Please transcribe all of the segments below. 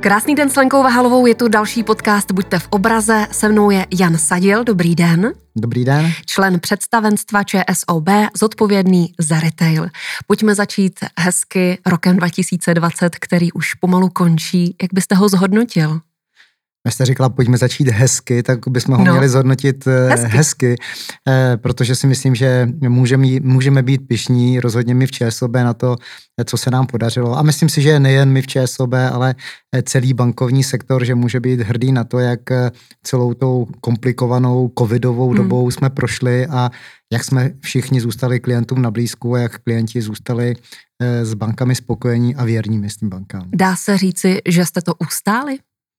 Krásný den s Lenkou Vahalovou, je tu další podcast Buďte v obraze, se mnou je Jan Sadil, dobrý den. Dobrý den. Člen představenstva ČSOB, zodpovědný za retail. Pojďme začít hezky rokem 2020, který už pomalu končí. Jak byste ho zhodnotil? Když jste říkala, pojďme začít hezky, tak bychom ho měli zhodnotit hezky, protože si myslím, že můžeme být pyšní, rozhodně my v ČSOB na to, co se nám podařilo. A myslím si, že nejen my v ČSOB, ale celý bankovní sektor, že může být hrdý na to, jak celou tou komplikovanou covidovou dobou jsme prošli a jak jsme všichni zůstali klientům na blízku a jak klienti zůstali s bankami spokojení a věrní s tím bankám. Dá se říci, že jste to ustáli?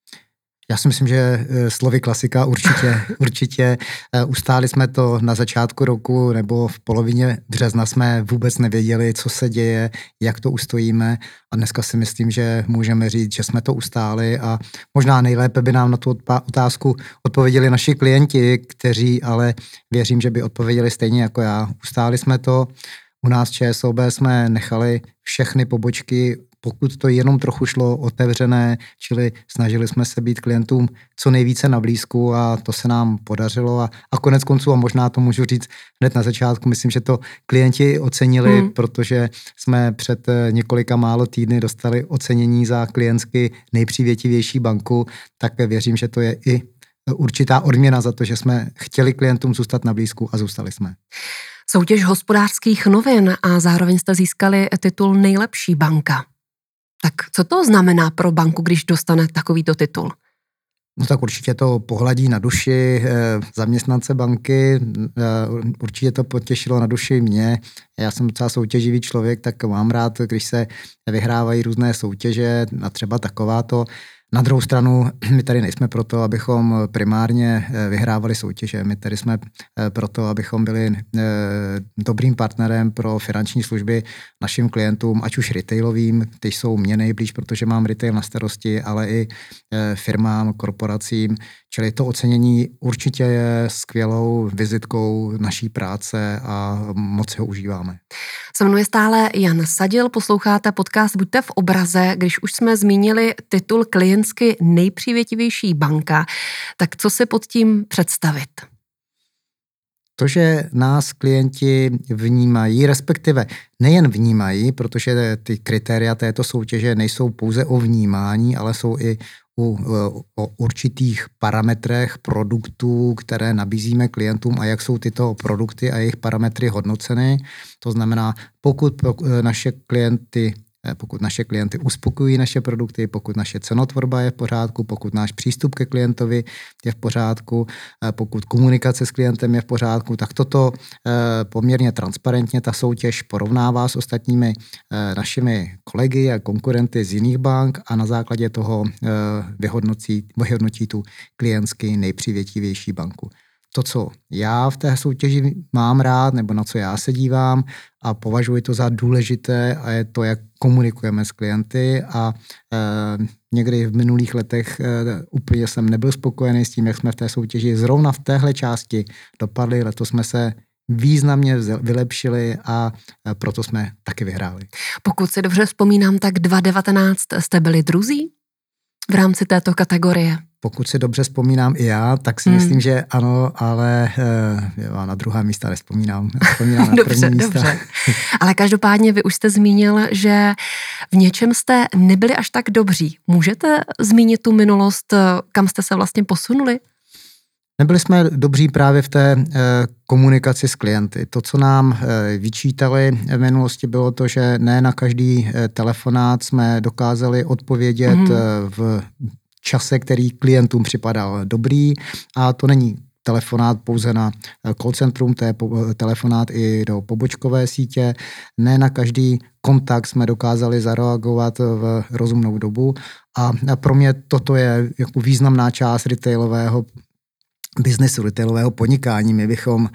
Já si myslím, že slovy klasika určitě ustáli jsme to na začátku roku nebo v polovině března jsme vůbec nevěděli, co se děje, jak to ustojíme a dneska si myslím, že můžeme říct, že jsme to ustáli a možná nejlépe by nám na tu otázku odpověděli naši klienti, kteří ale věřím, že by odpověděli stejně jako já. Ustáli jsme to, u nás v ČSOB jsme nechali všechny pobočky, pokud to jenom trochu šlo, otevřené, čili snažili jsme se být klientům co nejvíce na blízku a to se nám podařilo a konec konců, a možná to můžu říct hned na začátku, myslím, že to klienti ocenili, protože jsme před několika málo týdny dostali ocenění za klientsky nejpřívětivější banku, tak věřím, že to je i určitá odměna za to, že jsme chtěli klientům zůstat na blízku a zůstali jsme. Soutěž Hospodářských novin a zároveň jste získali titul Nejlepší banka. Tak co to znamená pro banku, když dostane takovýto titul? No tak určitě to pohladí na duši zaměstnance banky, určitě to potěšilo na duši mě. Já jsem docela soutěživý člověk, tak mám rád, když se vyhrávají různé soutěže a třeba takováto. Na druhou stranu, my tady nejsme proto, abychom primárně vyhrávali soutěže. My tady jsme proto, abychom byli dobrým partnerem pro finanční služby našim klientům, ať už retailovým, ty jsou mě nejblíž, protože mám retail na starosti, ale i firmám, korporacím. Čili to ocenění určitě je skvělou vizitkou naší práce a moc ho užíváme. Se mnou je stále Jan Sadil, posloucháte podcast Buďte v obraze, když už jsme zmínili titul klientsky nejpřívětivější banka, tak co si pod tím představit? To, že nás klienti vnímají, respektive nejen vnímají, protože ty kritéria této soutěže nejsou pouze o vnímání, ale jsou i o určitých parametrech produktů, které nabízíme klientům a jak jsou tyto produkty a jejich parametry hodnoceny. To znamená, pokud naše klienty uspokojí naše produkty, pokud naše cenotvorba je v pořádku, pokud náš přístup ke klientovi je v pořádku, pokud komunikace s klientem je v pořádku, tak toto poměrně transparentně ta soutěž porovnává s ostatními našimi kolegy a konkurenty z jiných bank a na základě toho vyhodnotí tu klientsky nejpřívětivější banku. To, co já v té soutěži mám rád, nebo na co já se dívám a považuji to za důležité, a je to, jak komunikujeme s klienty a někdy v minulých letech úplně jsem nebyl spokojený s tím, jak jsme v té soutěži zrovna v téhle části dopadli. Letos jsme se významně vylepšili a proto jsme taky vyhráli. Pokud si dobře vzpomínám, tak 2019 jste byli druzí v rámci této kategorie. Pokud si dobře vzpomínám i já, tak si myslím, že ano, ale na druhá místa nevzpomínám. Vzpomínám na první místa. Dobře. Ale každopádně vy už jste zmínil, že v něčem jste nebyli až tak dobří. Můžete zmínit tu minulost, kam jste se vlastně posunuli? Nebyli jsme dobří právě v té komunikaci s klienty. To, co nám vyčítali v minulosti, bylo to, že ne na každý telefonát jsme dokázali odpovědět v čase, který klientům připadal dobrý, a to není telefonát pouze na call centrum, to je telefonát i do pobočkové sítě. Ne na každý kontakt jsme dokázali zareagovat v rozumnou dobu a pro mě toto je jako významná část retailového biznesu, retailového podnikání. My bychom,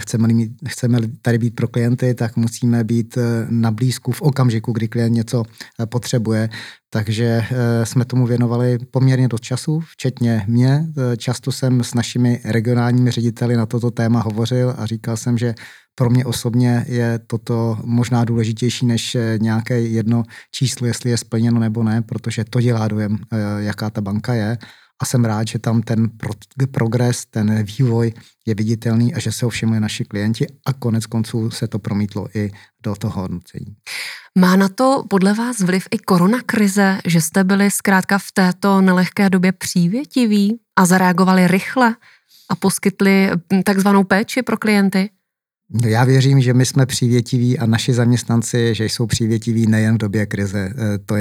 chceme tady být pro klienty, tak musíme být na blízku v okamžiku, kdy klient něco potřebuje. Takže jsme tomu věnovali poměrně dost času, včetně mě. Často jsem s našimi regionálními řediteli na toto téma hovořil a říkal jsem, že pro mě osobně je toto možná důležitější než nějaké jedno číslo, jestli je splněno nebo ne, protože to dělá dojem, jaká ta banka je. A jsem rád, že tam ten progres, ten vývoj je viditelný a že se ho všimli naši klienti a konec konců se to promítlo i do toho hodnocení. Má na to podle vás vliv i koronakrize, že jste byli zkrátka v této nelehké době přívětiví a zareagovali rychle a poskytli takzvanou péči pro klienty? No já věřím, že my jsme přívětiví a naši zaměstnanci, že jsou přívětiví nejen v době krize.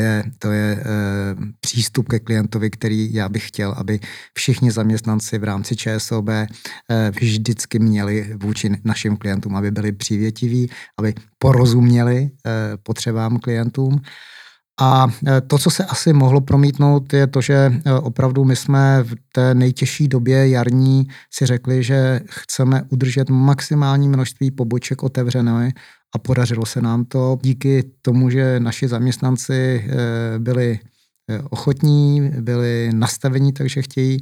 To je přístup ke klientovi, který já bych chtěl, aby všichni zaměstnanci v rámci ČSOB vždycky měli vůči našim klientům, aby byli přívětiví, aby porozuměli potřebám klientům. A to, co se asi mohlo promítnout, je to, že opravdu my jsme v té nejtěžší době jarní si řekli, že chceme udržet maximální množství poboček otevřené a podařilo se nám to díky tomu, že naši zaměstnanci byli ochotní, byli nastavení, takže chtějí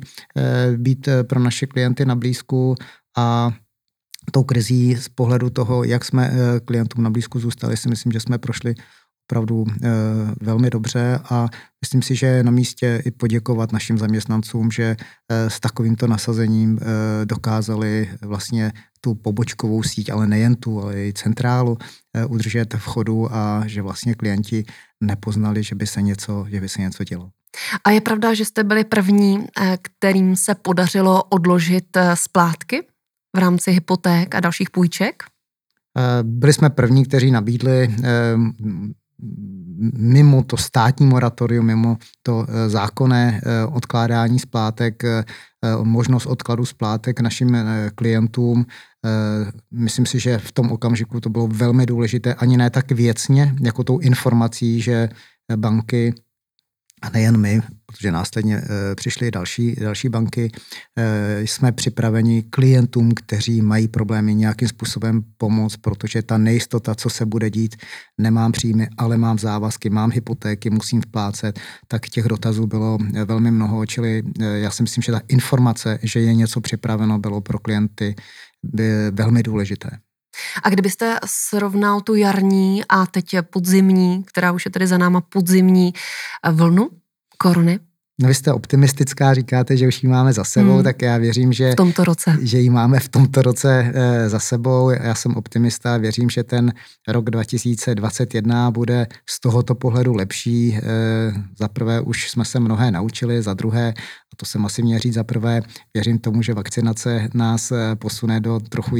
být pro naše klienty na blízku a tou krizí z pohledu toho, jak jsme klientům na blízku zůstali, si myslím, že jsme prošli opravdu velmi dobře a myslím si, že je na místě i poděkovat našim zaměstnancům, že s takovýmto nasazením dokázali vlastně tu pobočkovou síť, ale nejen tu, ale i centrálu udržet v chodu a že vlastně klienti nepoznali, že by se něco dělo. A je pravda, že jste byli první, kterým se podařilo odložit splátky v rámci hypoték a dalších půjček? Byli jsme první, kteří nabídli mimo to státní moratorium, mimo to zákonné odkládání splátek, možnost odkladu splátek našim klientům. Myslím si, že v tom okamžiku to bylo velmi důležité, ani ne tak věcně, jako tou informací, že banky, a nejen my, protože následně přišly další banky, jsme připraveni klientům, kteří mají problémy nějakým způsobem pomoct, protože ta nejistota, co se bude dít, nemám příjmy, ale mám závazky, mám hypotéky, musím vplácet, tak těch dotazů bylo velmi mnoho, čili já si myslím, že ta informace, že je něco připraveno, bylo pro klienty velmi důležité. A kdybyste srovnal tu jarní a teď podzimní, která už je tedy za náma podzimní vlnu korony? No vy jste optimistická, říkáte, že už ji máme za sebou, tak já věřím, že, v tomto roce. Že ji máme v tomto roce za sebou. Já jsem optimista, věřím, že ten rok 2021 bude z tohoto pohledu lepší. Za prvé už jsme se mnohé naučili, za druhé, a to se asi měří za prvé, věřím tomu, že vakcinace nás posune do trochu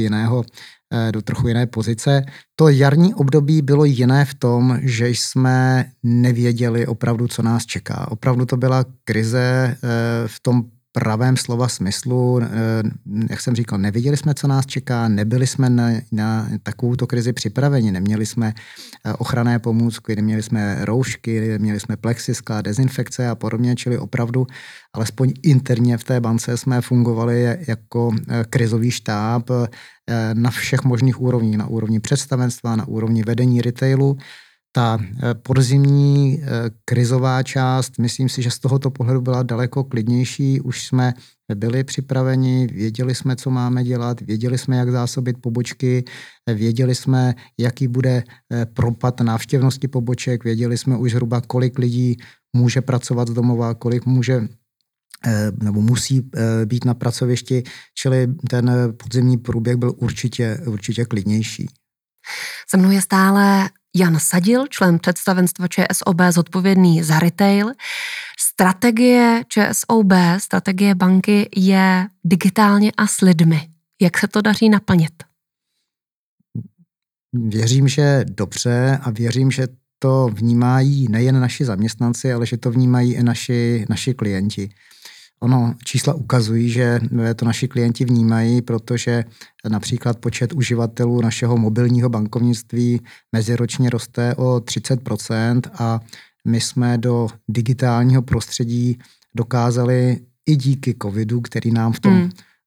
jiné pozice. To jarní období bylo jiné v tom, že jsme nevěděli opravdu, co nás čeká. Opravdu to byla krize v tom pravém slova smyslu. Jak jsem říkal, nevěděli jsme, co nás čeká, nebyli jsme na takovouto krizi připraveni, neměli jsme ochranné pomůcky, neměli jsme roušky, neměli jsme plexiskla, dezinfekce a podobně, čili opravdu alespoň interně v té bance jsme fungovali jako krizový štáb na všech možných úrovních, na úrovni představenstva, na úrovni vedení retailu. Ta podzimní krizová část, myslím si, že z tohoto pohledu byla daleko klidnější. Už jsme byli připraveni, věděli jsme, co máme dělat, věděli jsme, jak zásobit pobočky, věděli jsme, jaký bude propad návštěvnosti poboček, věděli jsme už zhruba, kolik lidí může pracovat z domova, kolik může nebo musí být na pracovišti, čili ten podzimní průběh byl určitě klidnější. Se mnou je stále Jan Sadil, člen představenstva ČSOB zodpovědný za retail. Strategie ČSOB, strategie banky je digitálně a s lidmi. Jak se to daří naplnit? Věřím, že dobře a věřím, že to vnímají nejen naši zaměstnanci, ale že to vnímají i naši klienti. Ono, čísla ukazují, že to naši klienti vnímají, protože například počet uživatelů našeho mobilního bankovnictví meziročně roste o 30% a my jsme do digitálního prostředí dokázali i díky covidu, který nám v tom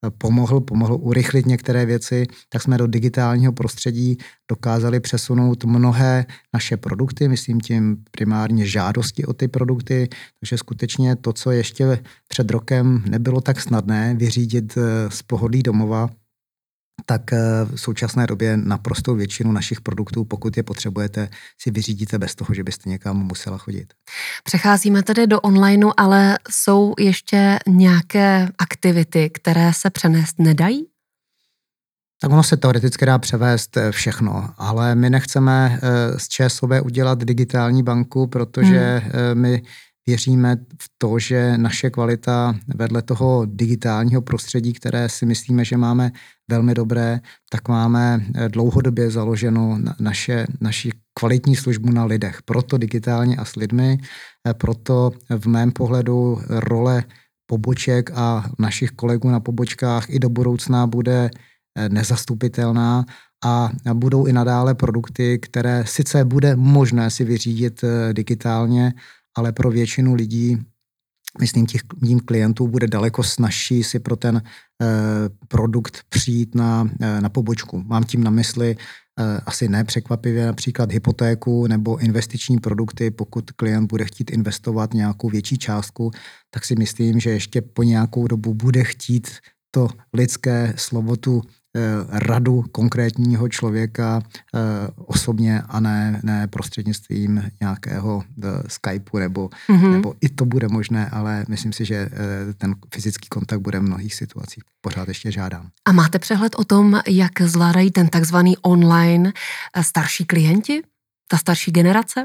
pomohl urychlit některé věci, tak jsme do digitálního prostředí dokázali přesunout mnohé naše produkty, myslím tím primárně žádosti o ty produkty, takže skutečně to, co ještě před rokem nebylo tak snadné vyřídit z pohodlí domova, tak v současné době naprostou většinu našich produktů, pokud je potřebujete, si vyřídíte bez toho, že byste někam musela chodit. Přecházíme tedy do onlineu, ale jsou ještě nějaké aktivity, které se přenést nedají? Tak ono se teoreticky dá převést všechno, ale my nechceme z ČSOB udělat digitální banku, protože my věříme v to, že naše kvalita vedle toho digitálního prostředí, které si myslíme, že máme velmi dobré, tak máme dlouhodobě založenou naši kvalitní službu na lidech. Proto digitálně a s lidmi, proto v mém pohledu role poboček a našich kolegů na pobočkách i do budoucna bude nezastupitelná a budou i nadále produkty, které sice bude možné si vyřídit digitálně, ale pro většinu lidí, myslím tím klientů, bude daleko snazší si pro ten produkt přijít na pobočku. Mám tím na mysli asi nepřekvapivě například hypotéku nebo investiční produkty. Pokud klient bude chtít investovat nějakou větší částku, tak si myslím, že ještě po nějakou dobu bude chtít to lidské slovo, tu radu konkrétního člověka osobně a ne prostřednictvím nějakého Skypeu nebo i to bude možné, ale myslím si, že ten fyzický kontakt bude v mnohých situacích pořád ještě žádám. A máte přehled o tom, jak zvládají ten takzvaný online starší klienti, ta starší generace?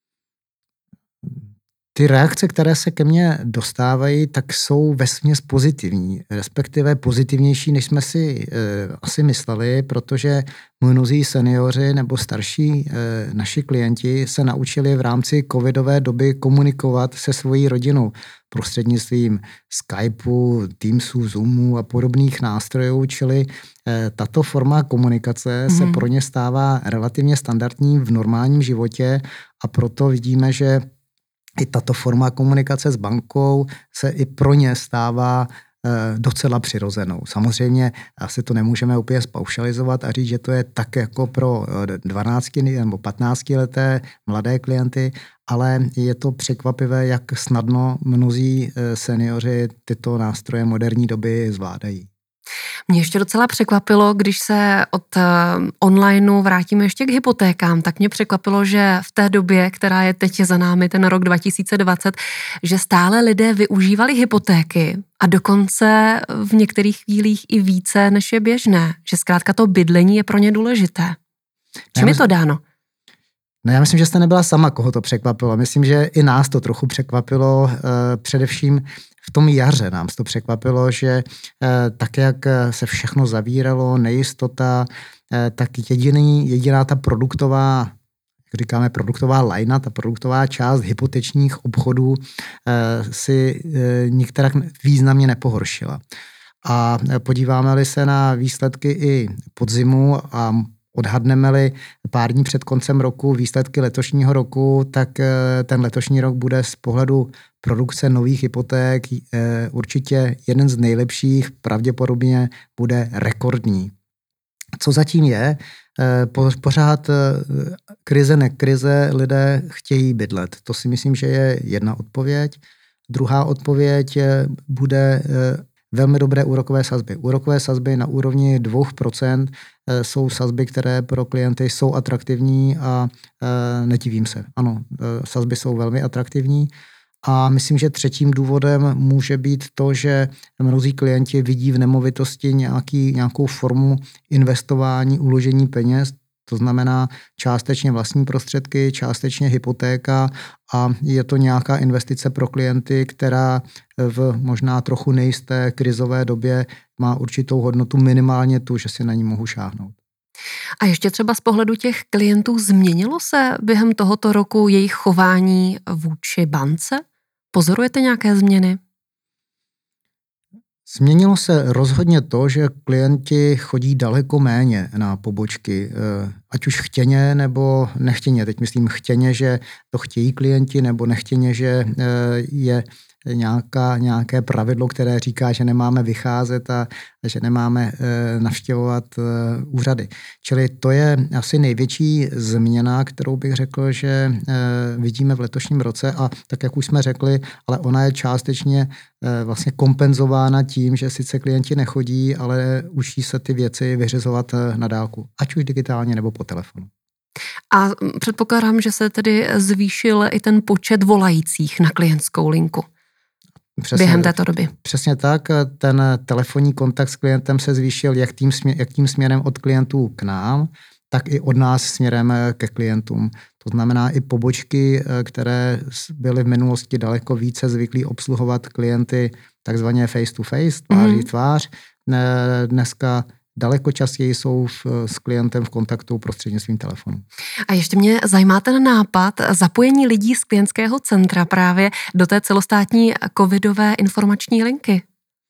Ty reakce, které se ke mně dostávají, tak jsou vesměs pozitivní, respektive pozitivnější, než jsme si asi mysleli, protože mnozí seniori nebo starší naši klienti se naučili v rámci covidové doby komunikovat se svojí rodinou prostřednictvím Skypeu, Teamsu, Zoomu a podobných nástrojů, čili tato forma komunikace se pro ně stává relativně standardní v normálním životě a proto vidíme, že i tato forma komunikace s bankou se i pro ně stává docela přirozenou. Samozřejmě asi to nemůžeme úplně spaušalizovat a říct, že to je tak jako pro 12 nebo 15 leté mladé klienty, ale je to překvapivé, jak snadno mnozí seniori tyto nástroje moderní doby zvládají. Mě ještě docela překvapilo, když se od onlineu vrátíme ještě k hypotékám, tak mě překvapilo, že v té době, která je teď za námi, ten rok 2020, že stále lidé využívali hypotéky a dokonce v některých chvílích i více, než je běžné. Že zkrátka to bydlení je pro ně důležité. Čím je to dáno? No já myslím, že jste nebyla sama, koho to překvapilo. Myslím, že i nás to trochu překvapilo, především v tom jaře nám to překvapilo, že tak, jak se všechno zavíralo, nejistota, tak jediná ta produktová, jak říkáme, produktová lajna, ta produktová část hypotečních obchodů si některak významně nepohoršila. A podíváme-li se na výsledky i podzimu a odhadneme-li pár dní před koncem roku výsledky letošního roku, tak ten letošní rok bude z pohledu produkce nových hypoték určitě jeden z nejlepších, pravděpodobně bude rekordní. Co zatím je? Pořád krize, nekrize, lidé chtějí bydlet. To si myslím, že je jedna odpověď. Druhá odpověď bude velmi dobré úrokové sazby. Úrokové sazby na úrovni 2% jsou sazby, které pro klienty jsou atraktivní a nedivím se. Ano, sazby jsou velmi atraktivní a myslím, že třetím důvodem může být to, že mnozí klienti vidí v nemovitosti nějakou formu investování, uložení peněz, to znamená částečně vlastní prostředky, částečně hypotéka a je to nějaká investice pro klienty, která v možná trochu nejisté krizové době má určitou hodnotu, minimálně tu, že si na ní mohu šáhnout. A ještě třeba z pohledu těch klientů změnilo se během tohoto roku jejich chování vůči bance? Pozorujete nějaké změny? Změnilo se rozhodně to, že klienti chodí daleko méně na pobočky. ať už chtěně nebo nechtěně. Teď myslím chtěně, že to chtějí klienti, nebo nechtěně, že je nějaké pravidlo, které říká, že nemáme vycházet a že nemáme navštěvovat úřady. Čili to je asi největší změna, kterou bych řekl, že vidíme v letošním roce a tak, jak už jsme řekli, ale ona je částečně vlastně kompenzována tím, že sice klienti nechodí, ale učí se ty věci vyřizovat na dálku, ať už digitálně nebo po telefonu. A předpokládám, že se tedy zvýšil i ten počet volajících na klientskou linku. Přesně, během této doby. Přesně tak. Ten telefonní kontakt s klientem se zvýšil jak tím směrem od klientů k nám, tak i od nás směrem ke klientům. To znamená i pobočky, které byly v minulosti daleko více zvyklí obsluhovat klienty takzvaně face to face, tváří tvář, dneska daleko častěji jsou s klientem v kontaktu prostřednictvím telefonu. A ještě mě zajímá ten nápad zapojení lidí z klientského centra právě do té celostátní covidové informační linky.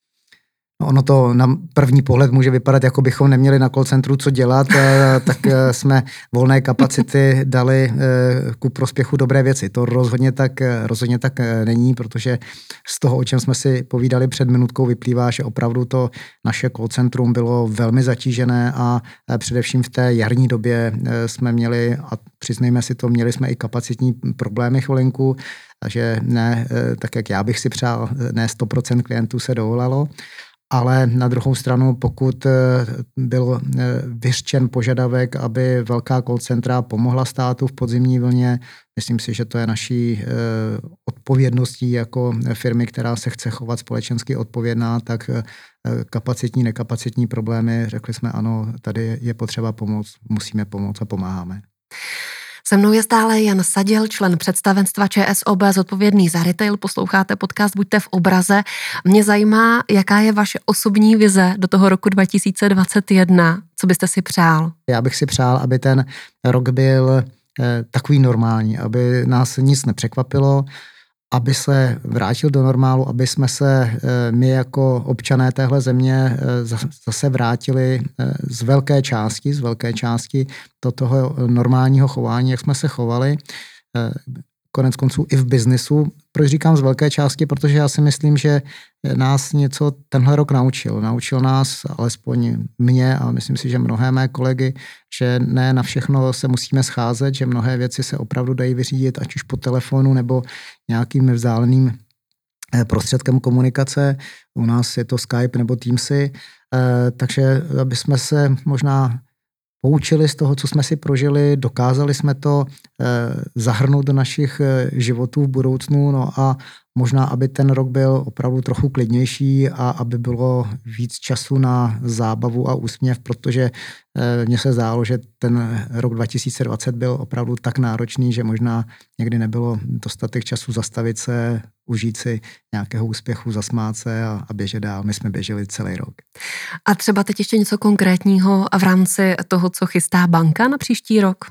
Ono to na první pohled může vypadat, jako bychom neměli na call centru co dělat, tak jsme volné kapacity dali ku prospěchu dobré věci. To rozhodně tak není, protože z toho, o čem jsme si povídali před minutkou, vyplývá, že opravdu to naše call centrum bylo velmi zatížené a především v té jarní době jsme měli, a přiznejme si to, měli jsme i kapacitní problémy chvilinku, takže ne, tak jak já bych si přál, ne 100% klientů se dovolalo. Ale na druhou stranu, pokud byl vyřčen požadavek, aby velká call centra pomohla státu v podzimní vlně, myslím si, že to je naší odpovědností jako firmy, která se chce chovat společensky odpovědná, tak kapacitní, nekapacitní problémy, řekli jsme ano, tady je potřeba pomoct, musíme pomoct a pomáháme. Se mnou je stále Jan Sadil, člen představenstva ČSOB zodpovědný za retail. Posloucháte podcast Buďte v obraze. Mě zajímá, jaká je vaše osobní vize do toho roku 2021. Co byste si přál? Já bych si přál, aby ten rok byl takový normální, aby nás nic nepřekvapilo, aby se vrátil do normálu, aby jsme se my jako občané téhle země zase vrátili z velké části do toho normálního chování, jak jsme se chovali, konec konců i v biznisu. Proč říkám z velké části? Protože já si myslím, že nás něco tenhle rok naučil. Naučil nás, alespoň mě a myslím si, že mnohé mé kolegy, že ne na všechno se musíme scházet, že mnohé věci se opravdu dají vyřídit, ať už po telefonu nebo nějakým vzdáleným prostředkem komunikace. U nás je to Skype nebo Teamsy, takže aby jsme se možná poučili z toho, co jsme si prožili, dokázali jsme to zahrnout do našich životů v budoucnu, no a možná, aby ten rok byl opravdu trochu klidnější a aby bylo víc času na zábavu a úsměv, protože mně se zdálo, že ten rok 2020 byl opravdu tak náročný, že možná někdy nebylo dostatek času zastavit se, užít si nějakého úspěchu, zasmát se a běžet dál. My jsme běželi celý rok. A třeba teď ještě něco konkrétního v rámci toho, co chystá banka na příští rok?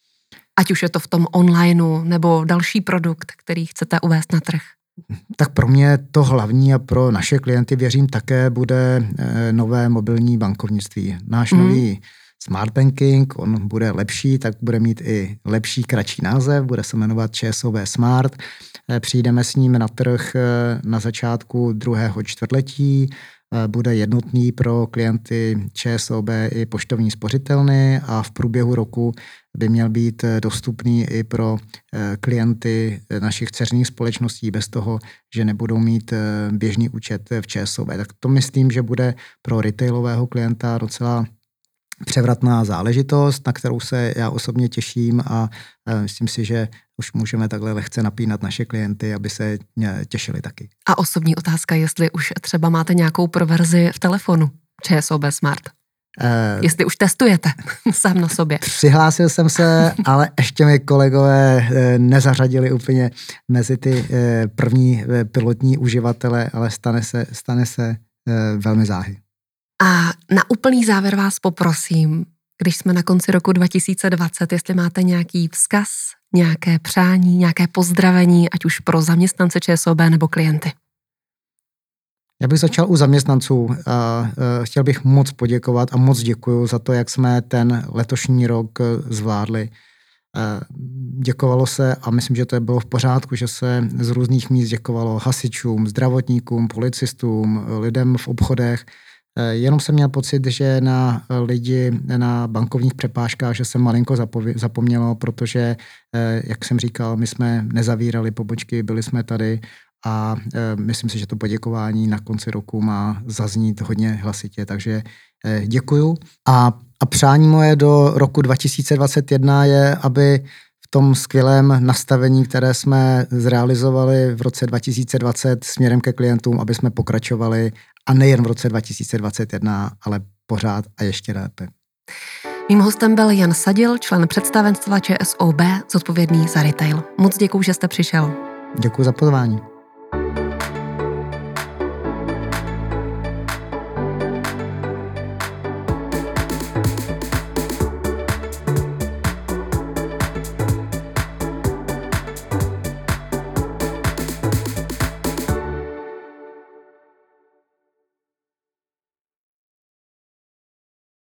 Ať už je to v tom onlineu nebo další produkt, který chcete uvést na trh. Tak pro mě to hlavní a pro naše klienty, věřím, také bude nové mobilní bankovnictví. Náš nový Smart Banking, on bude lepší, tak bude mít i lepší, kratší název, bude se jmenovat ČSOB Smart. Přijdeme s ním na trh na začátku druhého čtvrtletí, bude jednotný pro klienty ČSOB i poštovní spořitelny a v průběhu roku by měl být dostupný i pro klienty našich dceřiných společností bez toho, že nebudou mít běžný účet v ČSOB. Tak to myslím, že bude pro retailového klienta docela převratná záležitost, na kterou se já osobně těším a myslím si, že už můžeme takhle lehce napínat naše klienty, aby se těšili taky. A osobní otázka, jestli už třeba máte nějakou proverzi v telefonu ČSOB Smart? Jestli už testujete sám na sobě. Přihlásil jsem se, ale ještě mi kolegové nezařadili úplně mezi ty první pilotní uživatele, ale stane se velmi záhy. A na úplný závěr vás poprosím, když jsme na konci roku 2020, jestli máte nějaký vzkaz, nějaké přání, nějaké pozdravení, ať už pro zaměstnance ČSOB nebo klienty. Já bych začal u zaměstnanců. Chtěl bych moc poděkovat a moc děkuju za to, jak jsme ten letošní rok zvládli. Děkovalo se a myslím, že to bylo v pořádku, že se z různých míst děkovalo hasičům, zdravotníkům, policistům, lidem v obchodech. Jenom jsem měl pocit, že na lidi na bankovních přepážkách, že se malinko zapomnělo, protože, jak jsem říkal, my jsme nezavírali pobočky, byli jsme tady a myslím si, že to poděkování na konci roku má zaznít hodně hlasitě, takže děkuju. A přání moje do roku 2021 je, aby v tom skvělém nastavení, které jsme zrealizovali v roce 2020 směrem ke klientům, aby jsme pokračovali a nejen v roce 2021, ale pořád a ještě lépe. Mým hostem byl Jan Sadil, člen představenstva ČSOB, zodpovědný za retail. Moc děkuju, že jste přišel. Děkuji za pozvání.